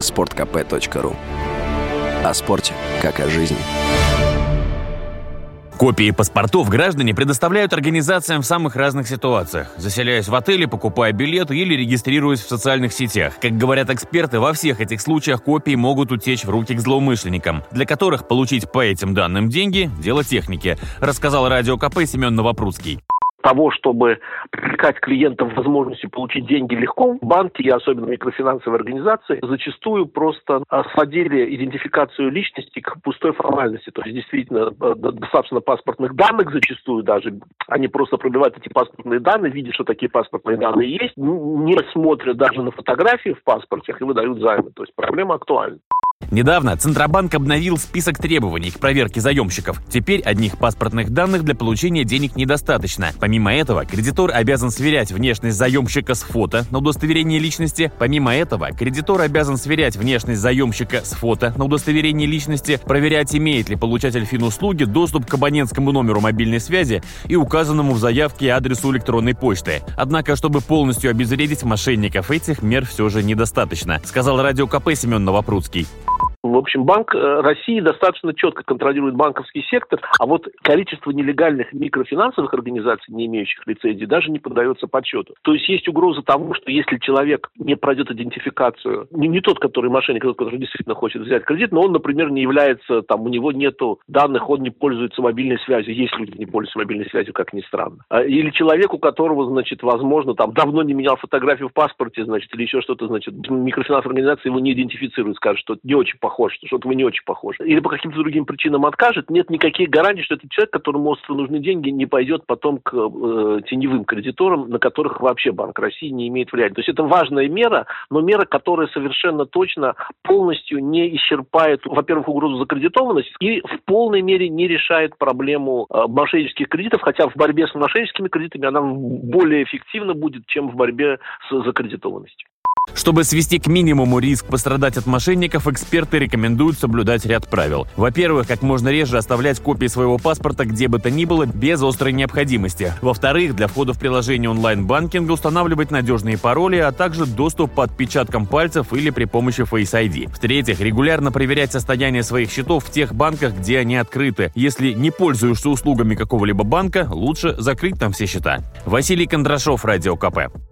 sportkp.ru. О спорте, как о жизни. Копии паспортов граждане предоставляют организациям в самых разных ситуациях, заселяясь в отели, покупая билеты или регистрируясь в социальных сетях. Как говорят эксперты, во всех этих случаях копии могут утечь в руки к злоумышленникам, для которых получить по этим данным деньги – дело техники, рассказал Радио КП Семен Новопрудский. Того, чтобы привлекать клиентов возможностью получить деньги легко, банки, и особенно микрофинансовые организации, зачастую просто сводили идентификацию личности к пустой формальности. То есть, действительно, достаточно паспортных данных зачастую даже. Они просто пробивают эти паспортные данные, видят, что такие паспортные данные есть, не смотрят даже на фотографии в паспорте и выдают займы. То есть, проблема актуальна. Недавно Центробанк обновил список требований к проверке заемщиков. Теперь одних паспортных данных для получения денег недостаточно. Помимо этого, кредитор обязан сверять внешность заемщика с фото на удостоверение личности. Помимо этого, кредитор обязан сверять внешность заемщика с фото на удостоверение личности, проверять, имеет ли получатель финуслуги доступ к абонентскому номеру мобильной связи и указанному в заявке адресу электронной почты. Однако, чтобы полностью обезвредить мошенников, этих мер все же недостаточно, сказал Радио КП Семен Новопрудский. В общем, Банк России достаточно четко контролирует банковский сектор, а вот количество нелегальных микрофинансовых организаций, не имеющих лицензии, даже не поддается подсчету. То есть есть угроза того, что если человек не пройдет идентификацию, не тот, который мошенник, а тот, который действительно хочет взять кредит, но он, например, не является, у него нету данных, он не пользуется мобильной связью, есть люди, не пользуются мобильной связью, как ни странно. Или человек, у которого, возможно, давно не менял фотографию в паспорте, или еще что-то, микрофинансовая организация его не идентифицирует, скажет, что не очень похож, что что-то вы не очень похожи. Или по каким-то другим причинам откажет, нет никаких гарантий, что этот человек, которому нужны деньги, не пойдет потом к теневым кредиторам, на которых вообще Банк России не имеет влияния. То есть это важная мера, но мера, которая совершенно точно полностью не исчерпает, во-первых, угрозу закредитованности и в полной мере не решает проблему мошеннических кредитов, хотя в борьбе с мошенническими кредитами она более эффективна будет, чем в борьбе с закредитованностью. Чтобы свести к минимуму риск пострадать от мошенников, эксперты рекомендуют соблюдать ряд правил. Во-первых, как можно реже оставлять копии своего паспорта где бы то ни было без острой необходимости. Во-вторых, для входа в приложение онлайн-банкинга устанавливать надежные пароли, а также доступ по отпечаткам пальцев или при помощи Face ID. В-третьих, регулярно проверять состояние своих счетов в тех банках, где они открыты. Если не пользуешься услугами какого-либо банка, лучше закрыть там все счета. Василий Кондрашов, Радио КП.